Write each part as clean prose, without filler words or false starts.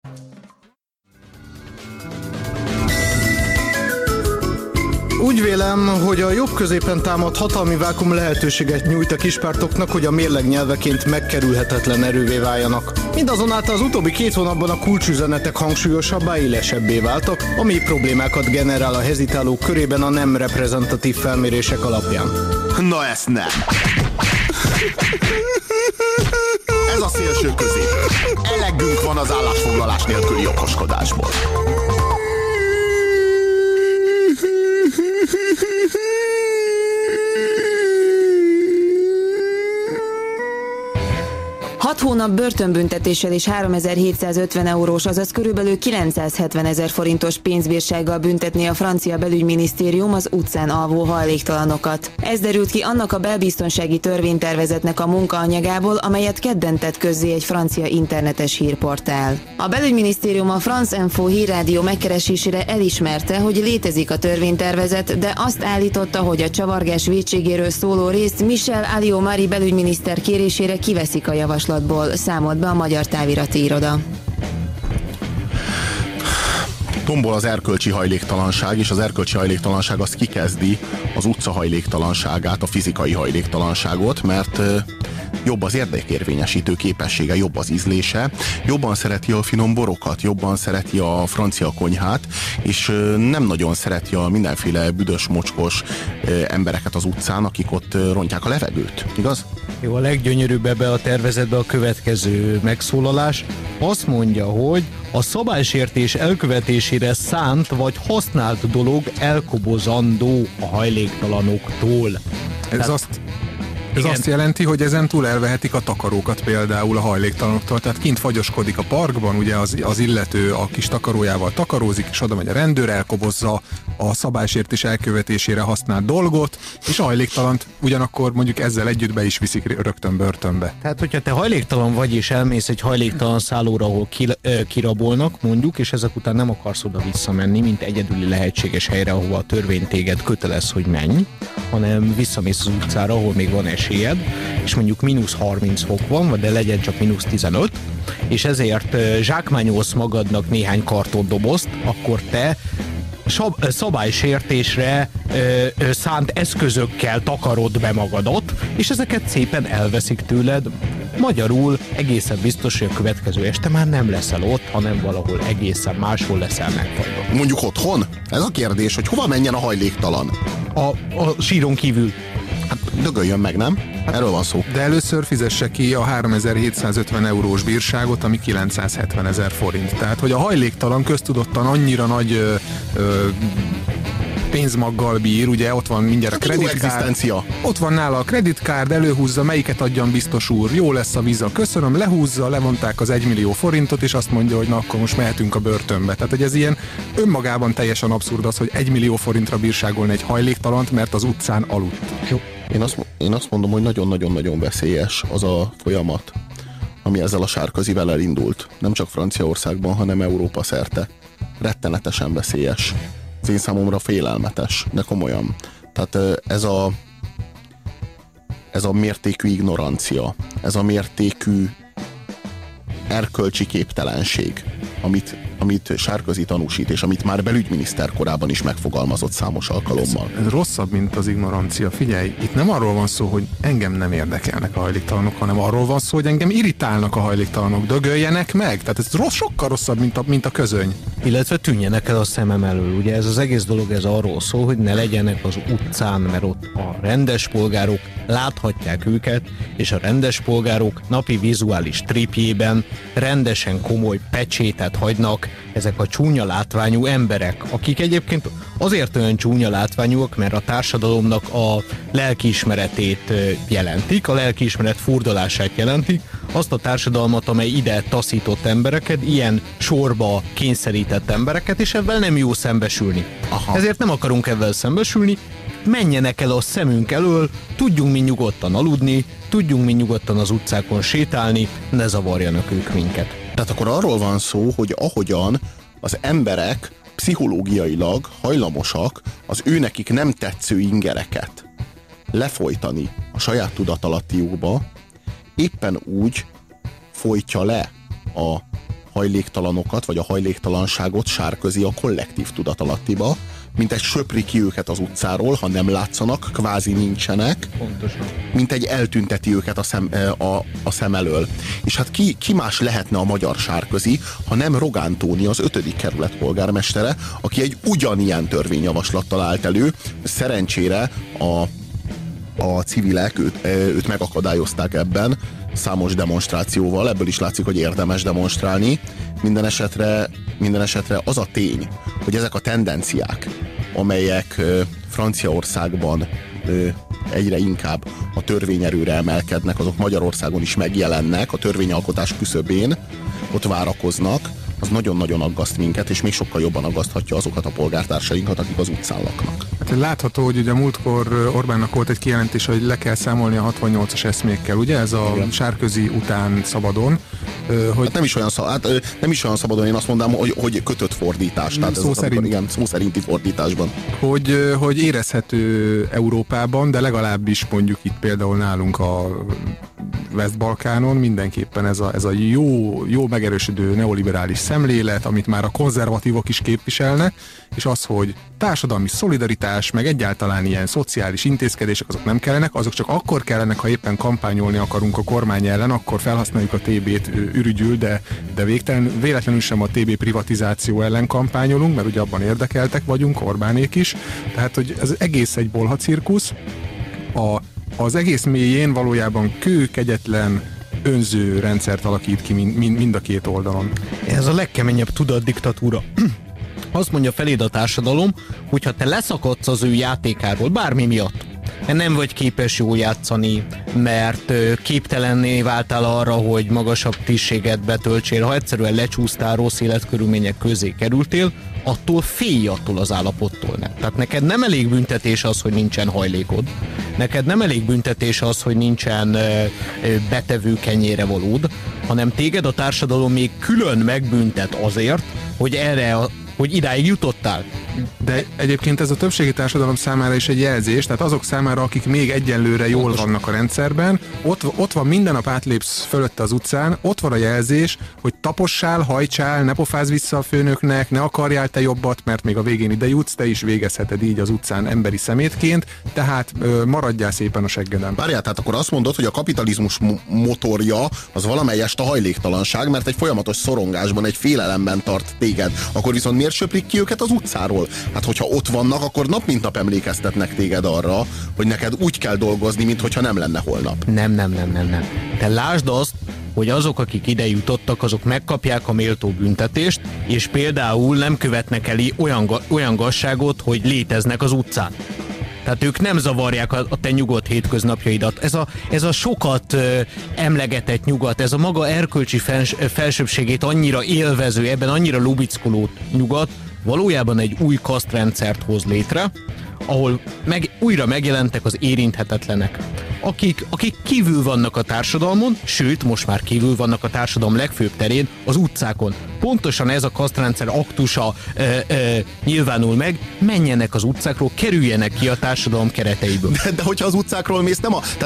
Úgy vélem, hogy a jobb középen támad hatalmi vákum lehetőséget nyújt a kispártoknak, hogy a mérleg nyelveként megkerülhetetlen erővé váljanak. Mindazonáltal az utóbbi 2 hónapban a kulcsüzenetek hangsúlyosabbá, élesebbé váltak, ami problémákat generál a hezitálók körében a nem reprezentatív felmérések alapján. Na ezt nem! Ez a szélső közép. Elegünk van az állásfoglalás nélküli okoskodásból. Hat hónap börtönbüntetéssel és 3750 eurós, azaz körülbelül 970 000 forintos pénzbírsággal büntetné a francia belügyminisztérium az utcán alvó hajléktalanokat. Ez derült ki annak a belbiztonsági törvénytervezetnek a munkaanyagából, amelyet kedden tett közzé egy francia internetes hírportál. A belügyminisztérium a France Info hírrádió megkeresésére elismerte, hogy létezik a törvénytervezet, de azt állította, hogy a csavargás vétségéről szóló részt Michel Alliot-Marie belügyminiszter kérésére kiveszik a javaslatból, számolt be a Magyar Távirati Iroda. Tombol az erkölcsi hajléktalanság, és az erkölcsi hajléktalanság azt kikezdi az utca hajléktalanságát, a fizikai hajléktalanságot, mert jobb az érdekérvényesítő képessége, jobb az ízlése, jobban szereti a finom borokat, jobban szereti a francia konyhát, és nem nagyon szereti a mindenféle büdös, mocskos embereket az utcán, akik ott rontják a levegőt, igaz? Jó, a leggyönyörűbb ebbe a tervezetbe a következő megszólalás. Azt mondja, hogy a szabálysértés elkövetésére szánt vagy használt dolog elkobozandó a hajléktalanoktól. Ez azt jelenti, hogy ezen túl elvehetik a takarókat például a hajléktalanoktól. Tehát kint fagyoskodik a parkban, ugye az illető a kis takarójával takarózik, és oda megy a rendőr, elkobozza a szabálysértés elkövetésére használt dolgot, és a hajléktalant ugyanakkor mondjuk ezzel együtt be is viszik rögtön börtönbe. Tehát, hogyha te hajléktalan vagy, és elmész egy hajléktalan szállóra, ahol kirabolnak, mondjuk, és ezek után nem akarsz oda visszamenni, mint egyedüli lehetséges helyre, ahova a törvény téged kötelez, hogy menj, hanem visszamész az utcára, ahol még van esélyed, és mondjuk -30 fok van, de legyen csak -15, és ezért zsákmányolsz magadnak néhány kartondobozt, akkor te szabálysértésre szánt eszközökkel takarod be magadat, és ezeket szépen elveszik tőled. Magyarul egészen biztos, hogy a következő este már nem leszel ott, hanem valahol egészen máshol leszel megfagyva. Mondjuk otthon? Ez a kérdés, hogy hova menjen a hajléktalan? A síron kívül. Hát dögöljön meg, nem? Erről van szó. De először fizesse ki a 3750 eurós bírságot, ami 970 000 forint. Tehát, hogy a hajléktalan köztudottan annyira nagy pénzmaggal bír, ugye ott van mindjárt a kreditkárd. Ott van nála a kreditkárd, előhúzza, melyiket adjam biztos úr, jó lesz a víza, köszönöm, lehúzza, levonták az 1 millió forintot, és azt mondja, hogy na akkor most mehetünk a börtönbe. Tehát, hogy ez ilyen önmagában teljesen abszurd az, hogy 1 millió forintra bírságolni egy hajléktalant, mert az utcán aludt. Jó. Én azt mondom, hogy nagyon-nagyon-nagyon veszélyes az a folyamat, ami ezzel a Sarkozyvel elindult. Nem csak Franciaországban, hanem Európa szerte. Rettenetesen veszélyes. Az én számomra félelmetes, de komolyan. Tehát ez a mértékű ignorancia, ez a mértékű erkölcsi képtelenség, amit Sarkozy tanúsít, és amit már belügyminiszter korában is megfogalmazott számos alkalommal. Ez rosszabb, mint az ignorancia. Figyelj, itt nem arról van szó, hogy engem nem érdekelnek a hajléktalanok, hanem arról van szó, hogy engem irritálnak a hajléktalanok, dögöljenek meg. Tehát ez sokkal rosszabb, mint a közöny. Illetve tűnjenek el a szemem elől. Ugye ez az egész dolog ez arról szól, hogy ne legyenek az utcán, mert ott a rendes polgárok láthatják őket, és a rendes polgárok napi vizuális tripjében rendesen komoly pecsétet hagynak ezek a csúnya látványú emberek, akik egyébként azért olyan csúnya látványúak, mert a társadalomnak a lelkiismeretét jelentik, a lelkiismeret furdalását jelentik, azt a társadalmat, amely ide taszított embereket, ilyen sorba kényszerített embereket, és ebben nem jó szembesülni. Aha. Ezért nem akarunk ebben szembesülni, menjenek el a szemünk elől, tudjunk mi nyugodtan aludni, tudjunk mi nyugodtan az utcákon sétálni, ne zavarjanak ők minket. Tehát akkor arról van szó, hogy ahogyan az emberek pszichológiailag hajlamosak az őnekik nem tetsző ingereket lefolytani a saját tudatalattiukba, éppen úgy folytja le a hajléktalanokat, vagy a hajléktalanságot sárközi a kollektív tudatalattiba, mint egy söpri ki őket az utcáról, ha nem látszanak, kvázi nincsenek. Pontosan. Mint egy eltünteti őket a szem elől. És hát ki más lehetne a magyar sárközi, ha nem Rogán Tóni, az 5. kerület polgármestere, aki egy ugyanilyen törvényjavaslattal állt elő. Szerencsére a civilek őt megakadályozták ebben számos demonstrációval, ebből is látszik, hogy érdemes demonstrálni. Minden esetre az a tény, hogy ezek a tendenciák, amelyek Franciaországban egyre inkább a törvényerőre emelkednek, azok Magyarországon is megjelennek a törvényalkotás küszöbén, ott várakoznak, az nagyon-nagyon aggaszt minket, és még sokkal jobban aggaszthatja azokat a polgártársainkat, akik az utcán laknak. Hát látható, hogy ugye múltkor Orbánnak volt egy kijelentés, hogy le kell számolni a 68-as eszmékkel, ugye? Ez a Sárközi után szabadon. Hogy... Hát nem is olyan szabadon, én azt mondom, hogy kötött fordítás. Tehát szó szerint. Igen, szó szerinti fordításban. Hogy érezhető Európában, de legalábbis mondjuk itt például nálunk a West-Balkánon mindenképpen ez a jó megerősödő neoliberális szemlélet, amit már a konzervatívok is képviselnek, és az, hogy társadalmi szolidaritás, meg egyáltalán ilyen szociális intézkedések, azok nem kellenek, azok csak akkor kellenek, ha éppen kampányolni akarunk a kormány ellen, akkor felhasználjuk a TB-t ürügyül, de véletlenül sem a TB privatizáció ellen kampányolunk, mert ugye abban érdekeltek vagyunk, Orbánék is. Tehát, hogy ez egész egy bolha cirkusz. Az egész mélyén valójában kőkegyetlen önző rendszert alakít ki mind a két oldalon. Ez a legkeményebb tudatdiktatúra. Azt mondja feléd a társadalom, hogyha te leszakadsz az ő játékáról, bármi miatt, mert nem vagy képes jól játszani, mert képtelenné váltál arra, hogy magasabb tisztséget betöltsél, ha egyszerűen lecsúsztál, rossz életkörülmények közé kerültél, attól félj attól az állapottól. Tehát neked nem elég büntetés az, hogy nincsen hajlékod. Neked nem elég büntetés az, hogy nincsen betevő kenyére valód, hanem téged a társadalom még külön megbüntet azért, hogy idáig jutottál. De egyébként ez a többségi társadalom számára is egy jelzés, tehát azok számára, akik még egyenlőre jól vannak a rendszerben, ott van, minden nap átlépsz fölött az utcán, ott van a jelzés, hogy tapossál, hajtsál, ne pofázz vissza a főnöknek, ne akarjál te jobbat, mert még a végén ide jutsz, te is végezheted így az utcán emberi szemétként, tehát maradjál szépen a seggeden. Várjál, tehát akkor azt mondod, hogy a kapitalizmus motorja az valamelyest a hajléktalanság, mert egy folyamatos szorongásban, egy félelemben tart téged. Akkor viszont miért söprik ki őket az utcáról? Hát hogyha ott vannak, akkor nap mint nap emlékeztetnek téged arra, hogy neked úgy kell dolgozni, mintha nem lenne holnap. Nem. Te lásd azt, hogy azok, akik ide jutottak, azok megkapják a méltó büntetést, és például nem követnek el olyan gazságot, hogy léteznek az utcán. Tehát ők nem zavarják a te nyugodt hétköznapjaidat. Ez a sokat emlegetett nyugat, ez a maga erkölcsi felsőbbségét annyira élvező, ebben annyira lubickoló nyugat, valójában egy új kasztrendszert hoz létre, ahol újra megjelentek az érinthetetlenek, akik kívül vannak a társadalmon, sőt, most már kívül vannak a társadalom legfőbb terén, az utcákon. Pontosan ez a kasztrendszer aktusa nyilvánul meg, menjenek az utcákról, kerüljenek ki a társadalom kereteiből. De hogyha az utcákról mész,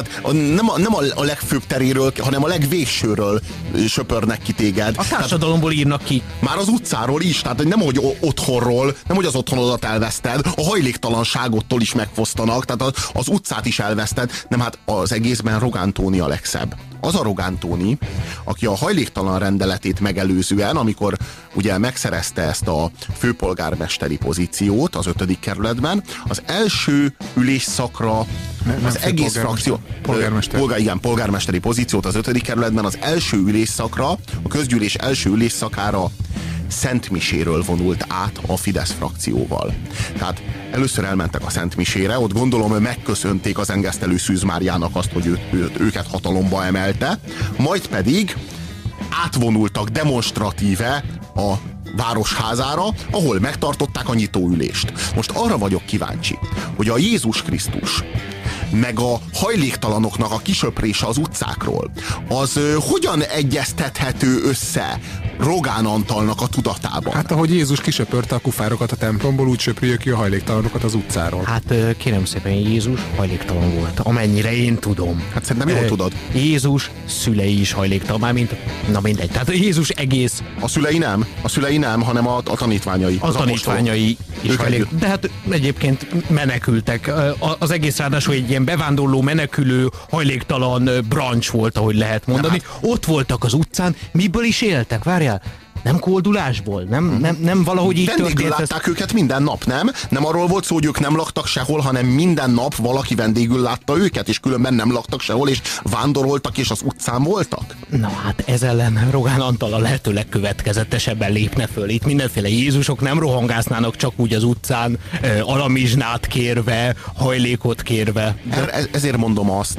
nem a legfőbb teréről, hanem a legvégsőről söpörnek ki téged. A társadalomból írnak ki. Már az utcáról is, tehát nem hogy otthonról, nem hogy az otthonodat elveszted, a hajléktalanságottól is megfosztanak, tehát az utcát is elveszted, nem, hát az egészben Rogán Tóni a legszebb. Az a Rogán Tóni, aki a hajléktalan rendeletét megelőzően, amikor ugye megszerezte ezt a főpolgármesteri pozíciót az 5. kerületben, az első ülésszakra az egész frakció... polgármesteri pozíciót az 5. kerületben az első ülésszakra, a közgyűlés első ülésszakára Szentmiséről vonult át a Fidesz frakcióval. Tehát először elmentek a Szentmisére, ott gondolom megköszönték az engesztelő Szűz Máriának azt, hogy őket hatalomba emelte, majd pedig átvonultak demonstratíve a Városházára, ahol megtartották a nyitóülést. Most arra vagyok kíváncsi, hogy a Jézus Krisztus meg a hajléktalanoknak a kisöprése az utcákról, az hogyan egyeztethető össze Rogán Antalnak a tudatában. Hát ahogy Jézus kisöpörte a kufárokat a templomból, úgy söprüljük ki a hajléktalanokat az utcáról. Hát kérem szépen, Jézus hajléktalan volt, amennyire én tudom. Hát szerintem jól tudod. Jézus szülei is hajléktalan, mármint, na mindegy. Tehát Jézus egész... A szülei nem, hanem a tanítványai. A tanítványai is hajléktalan. De hát egyébként menekültek. Az egész ráadásul egy ilyen bevándorló, menekülő, hajléktalan brancs volt, ahogy lehet mondani. Ott voltak az utcán, miből is éltek? Várjál, nem koldulásból? Nem valahogy így történt? Vendégül látták őket minden nap, nem? Nem arról volt szó, hogy ők nem laktak sehol, hanem minden nap valaki vendégül látta őket, és különben nem laktak sehol, és vándoroltak, és az utcán voltak? Na hát ez ellen Rogán Antal a lehető legkövetkezetesebben lépne föl. Itt mindenféle Jézusok nem rohangásznának csak úgy az utcán, alamizsnát kérve, hajlékot kérve. Ezért mondom azt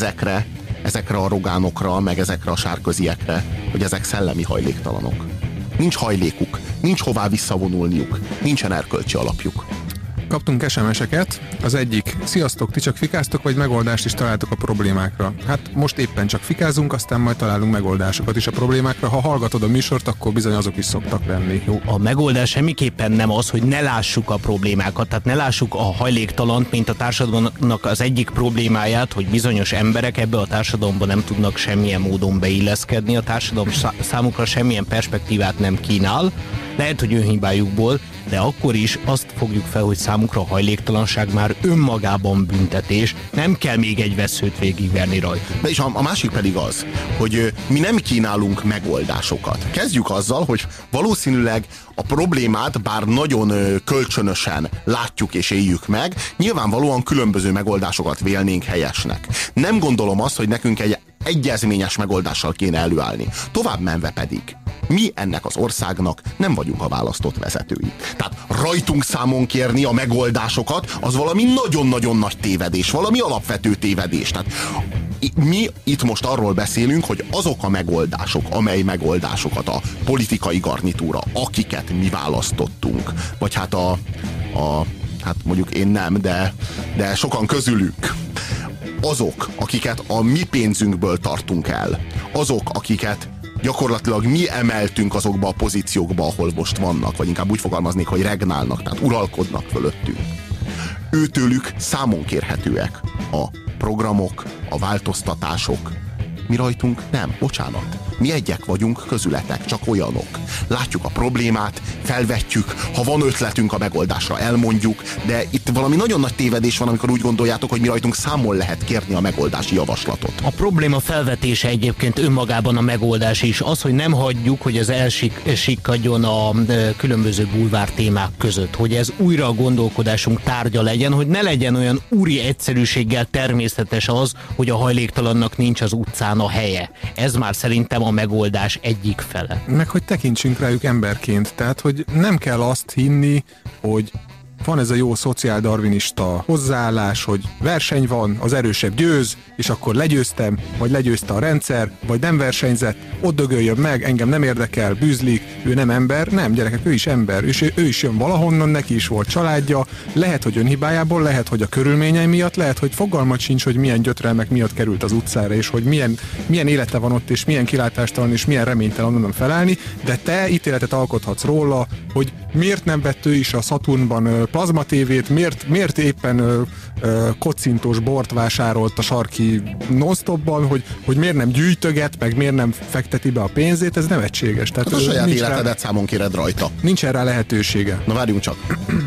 ezekre a rogánokra, meg ezekre a sárköziekre, hogy ezek szellemi hajléktalanok. Nincs hajlékuk, nincs hová visszavonulniuk, nincsen erkölcsi alapjuk. Kaptunk SMS-eket, az egyik: sziasztok, ti csak fikáztok, vagy megoldást is találtok a problémákra? Hát most éppen csak fikázunk, aztán majd találunk megoldásokat is a problémákra. Ha hallgatod a műsort, akkor bizony azok is szoktak lenni. Jó, a megoldás semmiképpen nem az, hogy ne lássuk a problémákat, tehát ne lássuk a hajléktalant, mint a társadalomnak az egyik problémáját, hogy bizonyos emberek ebbe a társadalomba nem tudnak semmilyen módon beilleszkedni, a társadalom számukra semmilyen perspektívát nem kínál, lehet, hogy önhibájukból, de akkor is azt fogjuk fel, hogy számukra a hajléktalanság már önmagában büntetés, nem kell még egy vesszőt végigverni rajta. De és a másik pedig az, hogy mi nem kínálunk megoldásokat. Kezdjük azzal, hogy valószínűleg a problémát, bár nagyon kölcsönösen látjuk és éljük meg, nyilvánvalóan különböző megoldásokat vélnénk helyesnek. Nem gondolom azt, hogy nekünk egy egyezményes megoldással kéne előállni. Tovább menve pedig mi ennek az országnak nem vagyunk a választott vezetői. Tehát rajtunk számon kérni a megoldásokat, az valami nagyon-nagyon nagy tévedés, valami alapvető tévedés. Tehát mi itt most arról beszélünk, hogy azok a megoldások, amely megoldásokat a politikai garnitúra, akiket mi választottunk, vagy hát hát mondjuk én nem, de sokan közülük, azok, akiket a mi pénzünkből tartunk el, azok, akiket gyakorlatilag mi emeltünk azokba a pozíciókba, ahol most vannak, vagy inkább úgy fogalmaznék, hogy regnálnak, tehát uralkodnak fölöttünk. Őtőlük számon kérhetőek a programok, a változtatások. Mi rajtunk nem, bocsánat. Mi egyek vagyunk közületek, csak olyanok. Látjuk a problémát, felvetjük, ha van ötletünk a megoldásra, elmondjuk, de itt valami nagyon nagy tévedés van, amikor úgy gondoljátok, hogy mi rajtunk számon lehet kérni a megoldási javaslatot. A probléma felvetése egyébként önmagában a megoldás is. Az, hogy nem hagyjuk, hogy ez elsikkadjon a különböző bulvár témák között, hogy ez újra a gondolkodásunk tárgya legyen, hogy ne legyen olyan úri egyszerűséggel természetes az, hogy a hajléktalannak nincs az utcán a helye. Ez már szerintem a megoldás egyik fele. Meg hogy tekintsünk rájuk emberként, tehát hogy nem kell azt hinni, hogy van ez a jó szociáldarwinista hozzáállás, hogy verseny van, az erősebb győz, és akkor legyőztem, vagy legyőzte a rendszer, vagy nem versenyzett, ott dögöljön meg, engem nem érdekel, bűzlik, ő nem ember. Nem, gyerekek, ő is ember, és ő is jön valahonnan, neki is volt családja, lehet, hogy önhibájából, lehet, hogy a körülményei miatt, lehet, hogy fogalmat sincs, hogy milyen gyötrelmek miatt került az utcára, és hogy milyen élete van ott, és milyen kilátástalan, és milyen reménytelen onnan felállni, de te ítéletet alkothatsz róla, hogy miért nem vett ő is a Saturnban plazmatévét, miért éppen kocintós bort vásárolt a sarki non-stopban, hogy miért nem gyűjtöget, meg miért nem fekteti be a pénzét, ez nevetséges. Tehát a saját életedet számon kéred rajta. Nincs erre lehetősége. Na várjunk csak.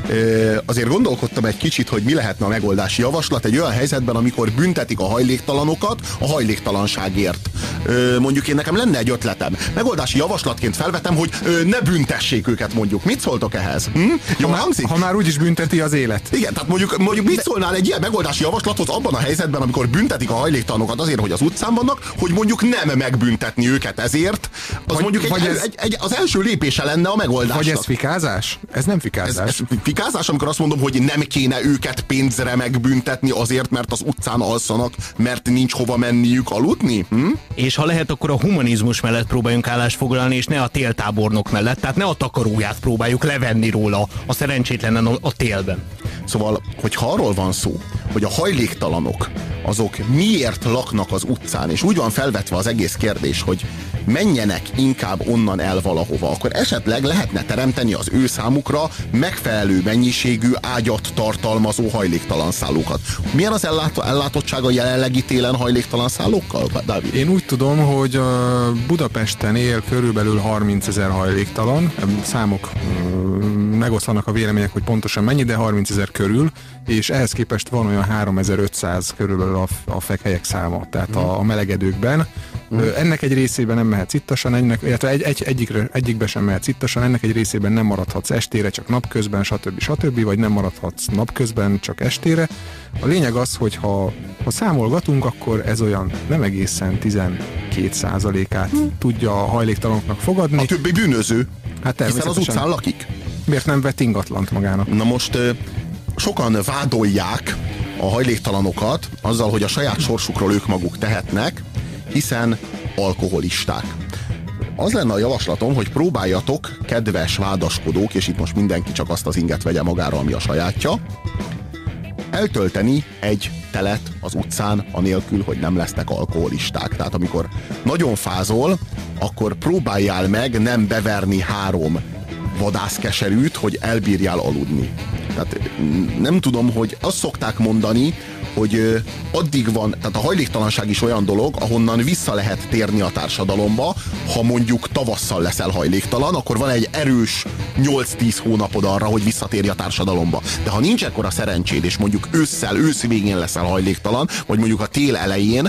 Azért gondolkodtam egy kicsit, hogy mi lehetne a megoldási javaslat egy olyan helyzetben, amikor büntetik a hajléktalanokat a hajléktalanságért. Mondjuk én nekem lenne egy ötletem. Megoldási javaslatként felvetem, hogy ne büntessék őket, mondjuk. Mit szóltok ehhez? Jó, ha már úgyis bünteti az élet. Igen, tehát mondjuk mit szólnál egy ilyen megoldási javaslathoz abban a helyzetben, amikor büntetik a hajléktalanokat azért, hogy az utcán vannak, hogy mondjuk nem megbüntetni őket ezért, az mondjuk az első lépése lenne a megoldásnak. Vagy ez fikázás? Ez nem fikázás. Ez fikázás, amikor azt mondom, hogy nem kéne őket pénzre megbüntetni azért, mert az utcán alszanak, mert nincs hova menniük aludni? És ha lehet, akkor a humanizmus mellett próbáljunk állást foglalni, és ne a téltábornok mellett, tehát ne a takaróját próbáljuk levenni róla a szerencsétlenen a télben. Szóval, hogyha arról van szó, hogy a hajléktalanok azok miért laknak az utcán, és úgy van felvetve az egész kérdés, hogy menjenek inkább onnan el valahova, akkor esetleg lehetne teremteni az ő számukra megfelelő mennyiségű ágyat tartalmazó hajléktalan szállókat. Milyen az ellátottsága jelenlegi télen hajléktalan szállókkal, Dávid? Én úgy tudom, hogy Budapesten él körülbelül 30 000 hajléktalan, számok megoszlanak a vélemények, hogy pontosan mennyi, de 30 000 körül, és ehhez képest van olyan 3500 körülbelül a fekhelyek száma, tehát a melegedőkben. Ennek egy részében nem mehetsz ittasan, illetve egyikbe sem mehetsz ittasan, ennek egy részében nem maradhatsz estére, csak napközben, stb. Vagy nem maradhatsz napközben, csak estére. A lényeg az, hogy ha számolgatunk, akkor ez olyan nem egészen 12%-át tudja a hajléktalanoknak fogadni. A többi bűnöző, hát hiszen az utcán lakik. Miért nem vett ingatlant magának? Na most sokan vádolják a hajléktalanokat azzal, hogy a saját sorsukról ők maguk tehetnek, hiszen alkoholisták. Az lenne a javaslatom, hogy próbáljatok, kedves vádaskodók, és itt most mindenki csak azt az inget vegye magára, ami a sajátja, eltölteni egy telet az utcán, anélkül, hogy nem lesznek alkoholisták. Tehát amikor nagyon fázol, akkor próbáljál meg nem beverni 3 vadászkeserűt, hogy elbírjál aludni. Tehát nem tudom, hogy azt szokták mondani, hogy addig van, tehát a hajléktalanság is olyan dolog, ahonnan vissza lehet térni a társadalomba. Ha mondjuk tavasszal leszel hajléktalan, akkor van egy erős 8-10 hónapod arra, hogy visszatérj a társadalomba. De ha nincs ekkora szerencséd, és mondjuk ősz végén leszel hajléktalan, vagy mondjuk a tél elején,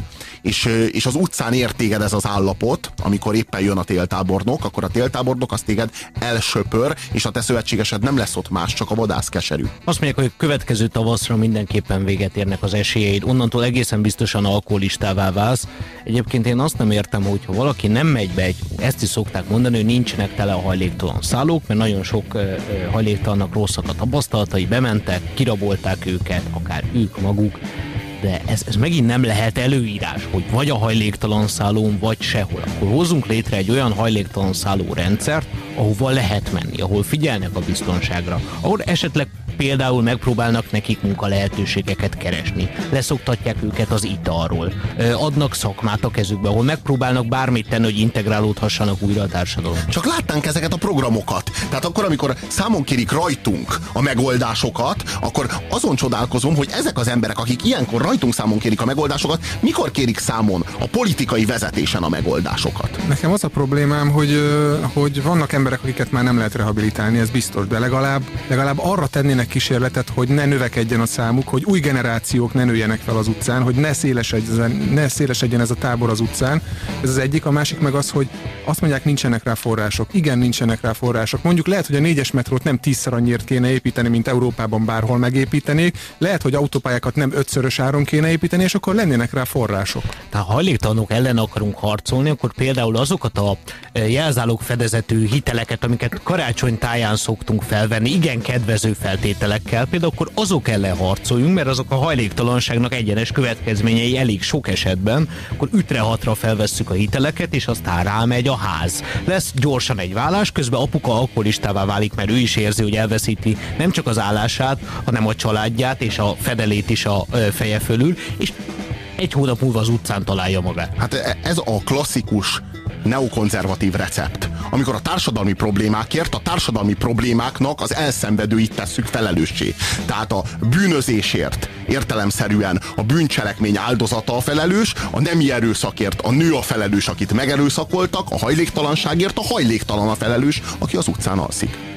és az utcán ér téged ez az állapot, amikor éppen jön a téltábornok, akkor a téltábornok az téged elsöpör, és a te szövetségesed nem lesz ott más, csak a vadászkeserű. Azt mondják, hogy a következő tavaszra mindenképpen véget érnek az esélyeid. Onnantól egészen biztosan alkoholistává válsz. Egyébként én azt nem értem, hogy ha valaki nem megy be, ezt is szokták mondani, hogy nincsenek tele a hajléktalan szállók, mert nagyon sok hajléktalannak rosszak a tapasztalatai, bementek, kirabolták őket, akár ők maguk. De ez megint nem lehet előírás, hogy vagy a hajléktalan szállón, vagy sehol. Akkor hozzunk létre egy olyan hajléktalan szálló rendszert, ahova lehet menni, ahol figyelnek a biztonságra, ahol esetleg például megpróbálnak nekik munkalehetőségeket keresni, leszoktatják őket az italról, adnak szakmát a kezükbe, ahol megpróbálnak bármit tenni, hogy integrálódhassanak újra a társadalom. Csak látnánk ezeket a programokat. Tehát akkor, amikor számon kérik rajtunk a megoldásokat, akkor azon csodálkozom, hogy ezek az emberek, akik ilyenkor rajtunk számon kérik a megoldásokat, mikor kérik számon a politikai vezetésen a megoldásokat? Nekem az a problémám, hogy vannak emberek, akiket már nem lehet rehabilitálni, ez biztos, de legalább arra tennének kísérletet, hogy ne növekedjen a számuk, hogy új generációk ne nőjenek fel az utcán, hogy ne szélesedjen ez a tábor az utcán. Ez az egyik, a másik meg az, hogy azt mondják, nincsenek rá források. Igen, nincsenek rá források. Mondjuk lehet, hogy a 4-es metrót nem 10-szer annyiért kéne építeni, mint Európában bárhol megépítenék. Lehet, hogy autópályákat nem 5-szörös áron kéne építeni, és akkor lennének rá források. Tehát ha hajléktalanok ellen akarunk harcolni, akkor például azokat a jelzálók fedezetű hiteleket, amiket karácsonytáján szoktunk felvenni, igen kedvező feltételekkel, például akkor azok ellen harcoljunk, mert azok a hajléktalanságnak egyenes következményei elég sok esetben, akkor ütre-hatra felvesszük a hiteleket, és aztán rámegy a ház. Lesz gyorsan egy vállás, közben apuka alkoholistává válik, mert ő is érzi, hogy elveszíti nem csak az állását, hanem a családját és a fedelét is a feje fölül, és egy hónap múlva az utcán találja magát. Hát ez a klasszikus neokonzervatív recept, amikor a társadalmi problémákért a társadalmi problémáknak az elszenvedőit tesszük felelőssé. Tehát a bűnözésért értelemszerűen a bűncselekmény áldozata a felelős, a nemi erőszakért a nő a felelős, akit megerőszakoltak, a hajléktalanságért a hajléktalan a felelős, aki az utcán alszik.